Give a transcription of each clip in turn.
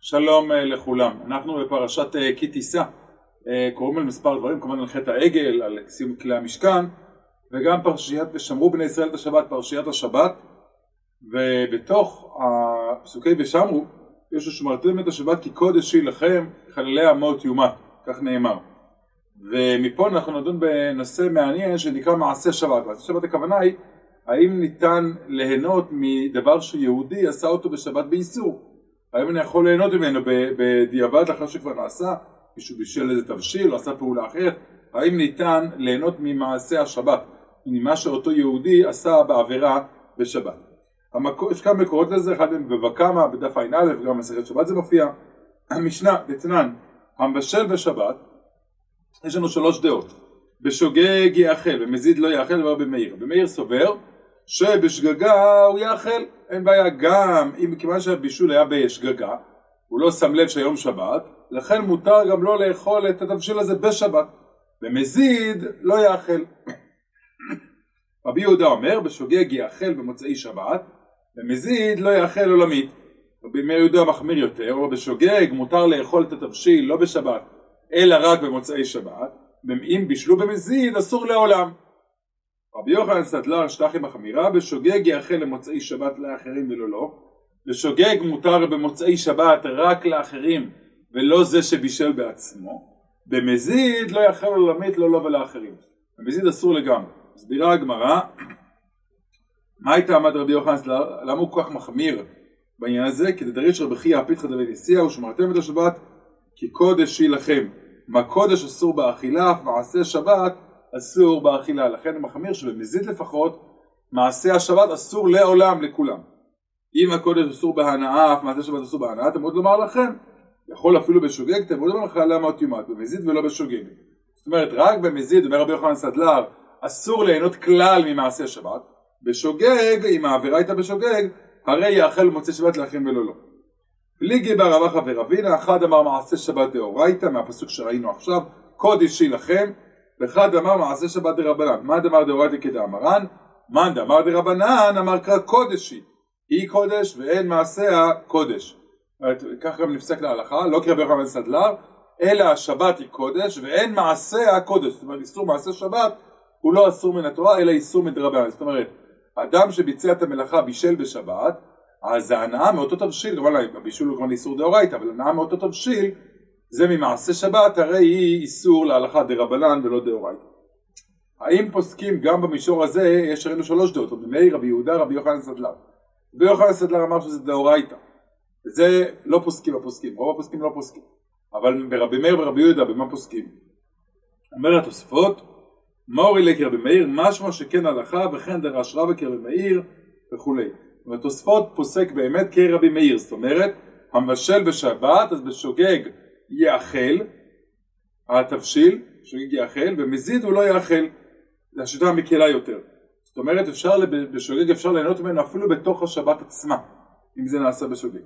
שלום לכולם. אנחנו בפרשת כי תישא, קוראים על מספר דברים, כמובן על חטא העגל, על סיום כלי המשכן, וגם פרשיית ושמרו בני ישראל את השבת, פרשיית השבת. ובתוך הפסוקי ושמרו יש ששמרתם את השבת כי קודש היא לכם, חללי אמות יומת, כך נאמר. ומפה אנחנו נדון בנושא מעניין שנקרא מעשה שבת. מעשה שבת הכוונה היא האם ניתן ליהנות מדבר שיהודי עשה אותו בשבת באיסור. האם אני יכול ליהנות ממנו בדיעבד אחר שכבר נעשה, מישהו בישל איזה תבשיל או עשה פעולה אחרת. האם ניתן ליהנות ממעשה השבת, ממה שאותו יהודי עשה בעבירה בשבת. יש כמה מקורות לזה, אחד מהם בבא קמא, בדף ע"א, גם מסכת שבת זה מופיע. המשנה, דתנן, המבשל בשבת, יש לנו 3 דעות. בשוגג יאכל, במזיד לא יאכל, ורבי מאיר. רבי מאיר סובר שבשגגה הוא יאכל, אין בעיה. גם אם כיוון שהבישול היה בשגגה, הוא לא שם לב שהיום שבת, לכן מותר גם לא לאכול את התבשיל הזה בשבת. במזיד לא יאכל. רבי יהודה אומר, בשוגג יאכל במוצאי שבת, במזיד לא יאכל עולמית. רבי יהודה מחמיר יותר, או בשוגג מותר לאכול את התבשיל לא בשבת, אלא רק במוצאי שבת, אם בישלו במזיד אסור לעולם. רבי יוחנן סנדלר שטחי מחמירה, בשוגג יאכל למוצאי שבת לאחרים ולא לו. בשוגג מותר במוצאי שבת רק לאחרים ולא זה שבישל בעצמו. במזיד לא יאכל עולמית לא לו ולאחרים. במזיד אסור לגמרי. הסבירה הגמרא, מה הייתה עמד רבי יוחנן סנדלר? למה הוא כל כך מחמיר בעניין הזה? כי דריש רבי חייא פיתחא דבי נשיאה ושמרתם את השבת כי קודש היא לכם. מה קודש אסור באכילה, מעשה שבת אסור באכילה. לכן הוא מחמיר שבמזיד לפחות מעשה השבת אסור לעולם לכולם. אם הקודש אסור בהנאה, מעשה שבת אסור בהנאה, אתם עוד לומר לכם, יכול אפילו בשוגג, אתם עוד לומר לכם למה עוד יומת, במזיד ולא בשוגג. זאת אומרת, רק במזיד, אומר רבי יוחנן סנדלר, אסור ליהנות כלל ממעשה שבת. בשוגג, אם העבירה הייתה בשוגג, הרי יאכל מוצא שבת לאחרים ולא לא. פליגי בר רבא ורבינה, אחד אמר מעשה שבת דאורייתא, מהפסוק שראינו עכשיו, קודש היא לכם, ואחד אמר מעשה שבת דרבנן. מה דאמר דאורייתא כדאמרן? מה דאמר דרבנן? אמר קרא קודש היא קודש ואין מעשיה קודש. כך גם נפסק להלכה, לא כרבי יוחנן סנדלר, אלא השבת היא קודש ואין מעשיה קודש. זאת אומרת, איסור מעשה שבת הוא לא אסור מן התורה, אלא איסור מדרבנן. זאת אומרת, אדם שביצע את המלאכה בישל בשבת, אז ההנאה מאותו תבשיל, כמובן הבישול הוא כבר איסור דאורייתא, אבל ההנאה מאותו תבשיל זה ממעשה שבת, הרי היא איסור להלכה דרבנן ולא דאורייתא. האם פוסקים גם במישור הזה? יש ראינו 3 דעות, רבי מאיר, רבי יהודה, רבי יוחנן סנדלר. רבי יוחנן סנדלר אמר שזה דאורייתא, וזה לא פוסקים הפוסקים, רוב הפוסקים לא פוסקים. אבל ברבי מאיר ורבי יהודה במה פוסקים? אומר התוספות, מורי לי כרבי מאיר, משמע שכן הלכה וכן דרש רבא כרבי מאיר וכולי. והתוספות פוסק באמת כרבי מאיר, זאת אומרת, המבשל בשבת, אז בשוגג יאכל, התבשיל, שוגג יאכל, במזיד הוא לא יאכל, זה השיטה המקלה יותר. זאת אומרת, בשוגג אפשר ליהנות ממנו אפילו בתוך השבת עצמה, אם זה נעשה בשוגג.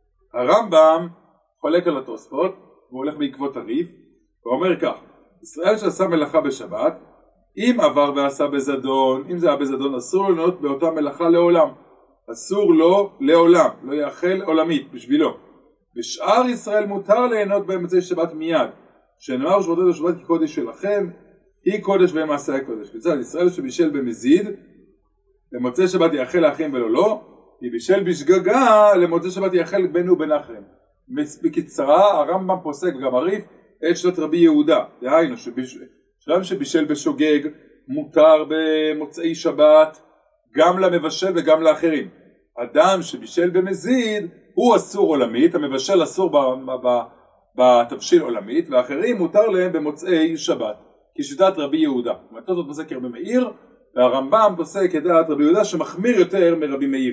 הרמב"ם חולק על התוספות, הוא הולך בעקבות הריף, הוא אומר כך, ישראל שעשה מלאכה בשבת, אם עבר ועשה בזדון, אם זה היה בזדון, אסור לו ליהנות באותה מלאכה לעולם. אסור לו לעולם, לא יאכל עולמית בשבילו. בשאר ישראל מותר ליהנות באמצעי שבת מיד, שנאמר שבתות השבת כי קודש שלכם, היא קודש והם מעשה הקודש. בצד ישראל שבישל במזיד, למוצאי שבת יאכל לאחרים ולא לא, היא בישל בשגגה, למוצאי שבת יאכל בינו ובין אחרים. בקצרה, הרמב"ם פוסק גם הריף את שיטת רבי יהודה, דהיינו שאדם שבישל בשוגג מותר במוצאי שבת גם למבשל וגם לאחרים. אדם שבישל במזיד הוא אסור עולמית, המבשל אסור בתבשיל עולמית, ואחרים מותר להם במוצאי שבת, כשיטת רבי יהודה. התוספות פוסק כרבי מאיר, והרמב"ם פוסק כדעת רבי יהודה שמחמיר יותר מרבי מאיר.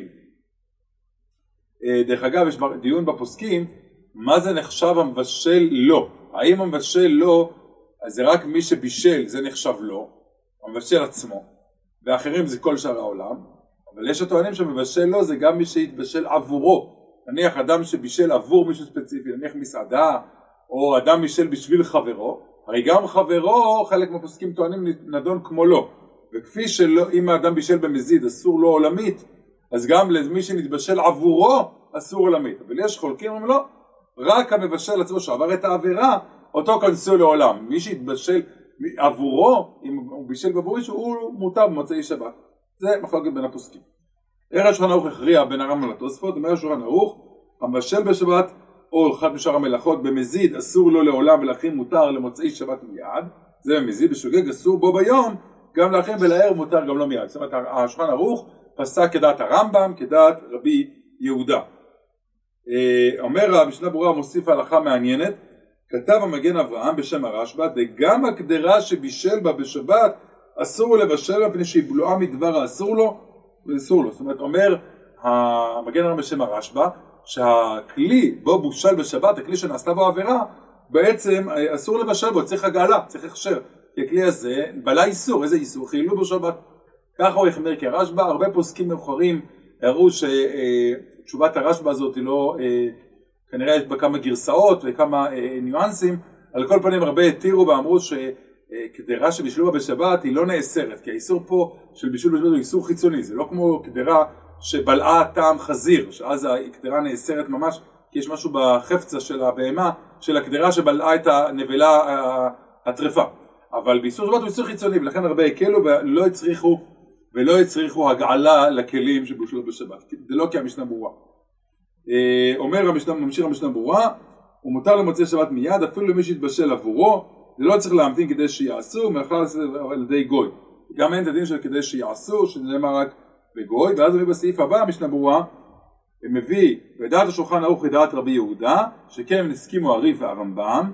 דרך אגב, יש דיון בפוסקים, מה זה נחשב המבשל לא? האם המבשל לא, אז זה רק מי שבישל, זה נחשב לא, המבשל עצמו, ואחרים זה כל שאר העולם, אבל יש הטוענים שמבשל לא, זה גם מי שהתבשל עבורו. נניח אדם שבישל עבור מישהו ספציפי, נניח מסעדה, או אדם בישל בשביל חברו, הרי גם חברו, חלק מהפוסקים טוענים נדון כמו לא, וכפי שאם האדם בישל במזיד אסור לו עולמית, אז גם למי שנתבשל עבורו אסור עולמית. אבל יש חולקים, אומרים לא, רק המבשל עצמו שעבר את העבירה, אותו כנסו לעולם. מי שהתבשל עבורו, אם הוא בישל בעבורי, הוא מותר במוצאי שבת. זה מחלוקת בין הפוסקים. ערך שולחן ערוך הכריע בין הרמב"ם לתוספות, אומר שולחן ערוך, המבשל בשבת או אחד משאר המלאכות במזיד אסור לו לעולם ולאחים מותר למוצאי שבת מיד, זה במזיד, בשוגג אסור בו ביום, גם לאחים ולערב מותר גם לא מיד. זאת אומרת, השולחן ערוך פסק כדעת הרמב"ם, כדעת רבי יהודה. אומר המשנה ברורה, מוסיף הלכה מעניינת, כתב המגן אברהם בשם הרשב"א, וגם הקדרה שבישל בה בשבת אסור לבשל בה, פני שהיא בלועה מדבר אסור לו, ואסור לו. זאת אומרת, אומר המגן אברהם בשם הרשב"א, שהכלי בו בושל בשבת, הכלי שנעשתה בו עבירה, בעצם אסור לבשל בו, צריך הגעלה, צריך הכשר. כי הכלי הזה בלה איסור, איזה איסור? חיללו בשבת. ככה הוא החמיר כרשב"א, הרבה פוסקים מאוחרים הראו שתשובת הרשב"א הזאת היא לא, כנראה יש בה כמה גרסאות וכמה ניואנסים, על כל פנים הרבה התירו ואמרו שקדרה שבישלו בה בשבת היא לא נאסרת, כי האיסור פה של בישול בשבת הוא איסור חיצוני, זה לא כמו קדרה שבלעה טעם חזיר, שאז הקדרה נאסרת ממש, כי יש משהו בחפצה של הבהמה, של הקדרה שבלעה את הנבלה הטרפה. אבל באיסור שבת הוא איסור חיצוני, ולכן הרבה הקלו ולא הצריכו הגעלה לכלים שבושלו בשבת. זה לא כי המשנה ברורה. ממשיך המשנה ברורה, הוא מותר למוצאי שבת מיד, אפילו למי שהתבשל עבורו, זה לא צריך להמתין כדי שיעשו, מאחר על ידי גוי. גם אין את הדין של כדי שיעשו, שנאמר רק בגוי, ואז מביא בסעיף הבא, המשנה ברורה, מביא בדעת השולחן ערוך לדעת רבי יהודה, שכן הסכימו הרי"ף והרמב"ם,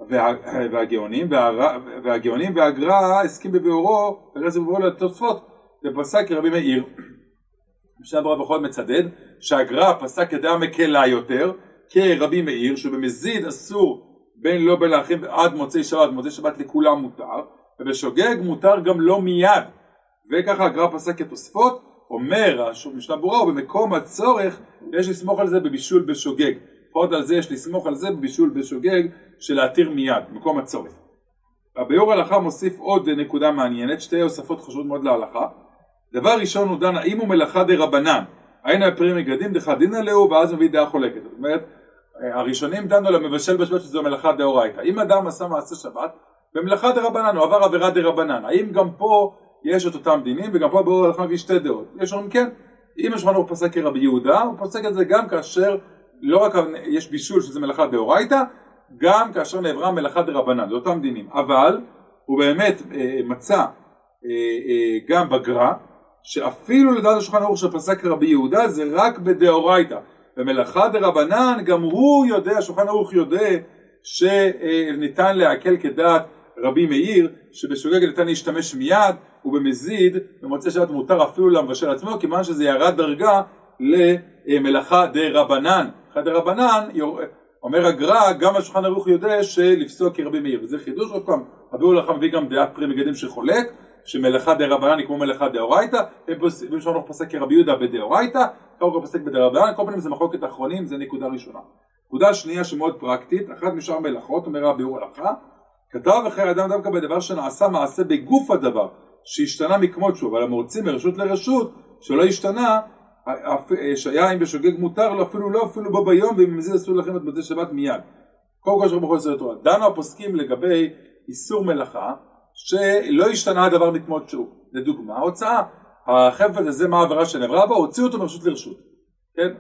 והגאונים והגר"א הסכים בביאורו, ורצף בביאורו לתוספות, ופסק כרבי מאיר. המשנה ברורה בכל מצדד, שהגר"א פסק כדעה מקלה יותר, כרבי מאיר, שבמזיד אסור בין לא בין לאחים עד מוצאי שבת, מוצאי שבת לכולם מותר, ובשוגג מותר גם לא מיד. וככה הגר"א פסק כתוספות, אומר המשנה ברורה, ובמקום הצורך יש לסמוך על זה בבישול בשוגג. עוד על זה יש לסמוך על זה בבישול בשוגג של להתיר מיד, במקום הצורך. הביאור הלכה מוסיף עוד נקודה מעניינת, שתי הוספות חשובות מאוד להלכה. דבר ראשון הוא דן, האם הוא מלאכה דרבנן, האין הפרי מגדים דחדינא להו, ואז מביא דעה חולקת. זאת אומרת, הראשונים דנו למבשל בשבת שזו מלאכה דאורייתא. אם אדם עשה מעשה שבת, במלאכה דרבנן, הוא עבר עבירה דרבנן. האם גם פה יש את אותם דינים, וגם פה ביאור הלכה מביא שתי דעות? יש אומרים כן. אם השולחן ערוך פסק כרבי יהודה, הוא פסק את זה גם כאשר לא רק יש בישול שזה מלאכה דאורייתא, גם כאשר נעברה מלאכה דרבנן, זה אותם דינים. אבל הוא באמת מצא גם בגר"א, שאפילו לדעת השולחן ערוך שפסק כרבי יהודה זה רק בדאורייתא. במלאכה דרבנן גם הוא יודע, השולחן ערוך יודע, שניתן להקל כדעת רבי מאיר, שבשוגג ניתן להשתמש מיד, ובמזיד במוצאי שבת מותר אפילו למבשל עצמו, כיוון שזה ירד דרגה למלאכה דרבנן. מלאכה דרבנן, אומר הגר"א, גם השולחן ערוך יודע שלפסוק כרבי מאיר, וזה חידוש. עוד פעם, הביאור הלכה מביא גם דעת פרי מגדים שחולק, שמלאכה דרבנן היא כמו מלאכה דאורייתא, והשולחן ערוך פסק כרבי יהודה בדאורייתא, ככה פסק בדרבנן. כל פעמים זה מחלוקת אחרונים, זה נקודה ראשונה. נקודה שנייה שמאוד פרקטית, אחת משאר מלאכות, אומר הביאור הלכה, כתב אחרי אדם דווקא בדבר שנעשה מעשה בגוף הדבר, שהשתנה מכמות שוב, אבל המורצים מרשות לרשות, שלא השתנה, שהיה אם בשוגג מותר לו, אפילו בו ביום, ובמזיד אסור לכם את מוצאי שבת מיד. קודם כל שבכל סרט תורה. דנו הפוסקים לגבי איסור מלאכה, שלא השתנה הדבר מכמות שהוא. לדוגמה, ההוצאה, החפץ הזה מה העבירה שנעברה בו, הוציאו אותו מרשות לרשות. כן?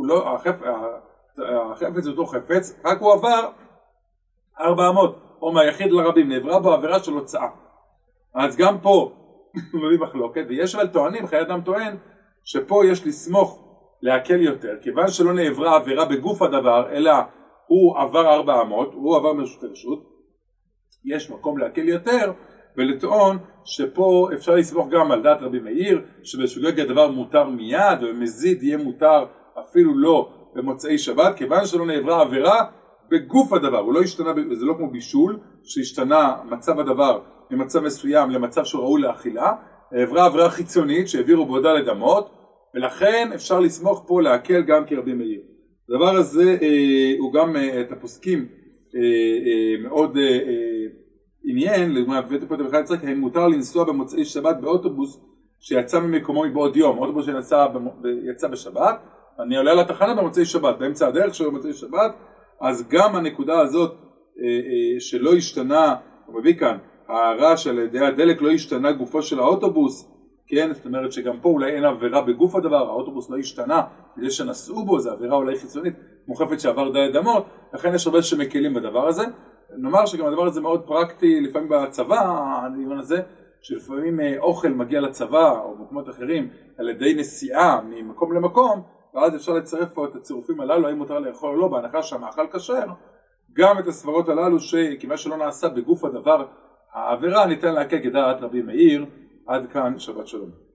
החפץ הוא אותו חפץ, רק הוא עבר 400, או מהיחיד לרבים, נעברה בו עבירה של הוצאה. אז גם פה מביא מחלוקת, ויש אבל טוענים, חיי אדם טוען, שפה יש לסמוך להקל יותר, כיוון שלא נעברה עבירה בגוף הדבר, אלא הוא עבר 400, הוא עבר מרשות לרשות, יש מקום להקל יותר, ולטעון שפה אפשר לסמוך גם על דעת רבי מאיר, שבשוגג הדבר מותר מיד, ומזיד יהיה מותר אפילו לא במוצאי שבת, כיוון שלא נעברה עבירה בגוף הדבר, הוא לא השתנה, זה לא כמו בישול, שהשתנה מצב הדבר ממצב מסוים למצב שהוא ראוי לאכילה, עברה עבירה חיצונית שהעבירו בעודה לדמות, ולכן אפשר לסמוך פה להקל גם כרבי מאיר. הדבר הזה הוא גם את הפוסקים מאוד עניין, לדוגמה, בבית הפועל בחי יצחק, האם מותר לנסוע במוצאי שבת באוטובוס שיצא ממקומו מבעוד יום, אוטובוס שיצא בשבת, אני עולה לתחנה במוצאי שבת, באמצע הדרך שלו במוצאי שבת, אז גם הנקודה הזאת שלא השתנה, הוא מביא כאן, הרעש על ידי הדלק לא השתנה גופו של האוטובוס, כן, זאת אומרת שגם פה אולי אין עבירה בגוף הדבר, האוטובוס לא השתנה, כדי שנסעו בו, זו עבירה אולי חיצונית, מוחפת שעבר די אדמות, לכן יש הרבה שמקלים בדבר הזה. נאמר שגם הדבר הזה מאוד פרקטי, לפעמים בצבא, העניין הזה, שלפעמים אוכל מגיע לצבא, או במקומות אחרים, על ידי נסיעה ממקום למקום, ואז אפשר לצרף פה את הצירופים הללו, האם מותר לאכול או לא, בהנחה שהמאכל כשר, גם את הסברות הללו, שכיוון שלא נעשה בגוף הדבר, העבירה ניתן להקל כדעת רבי מאיר. עד כאן, שבת שלום.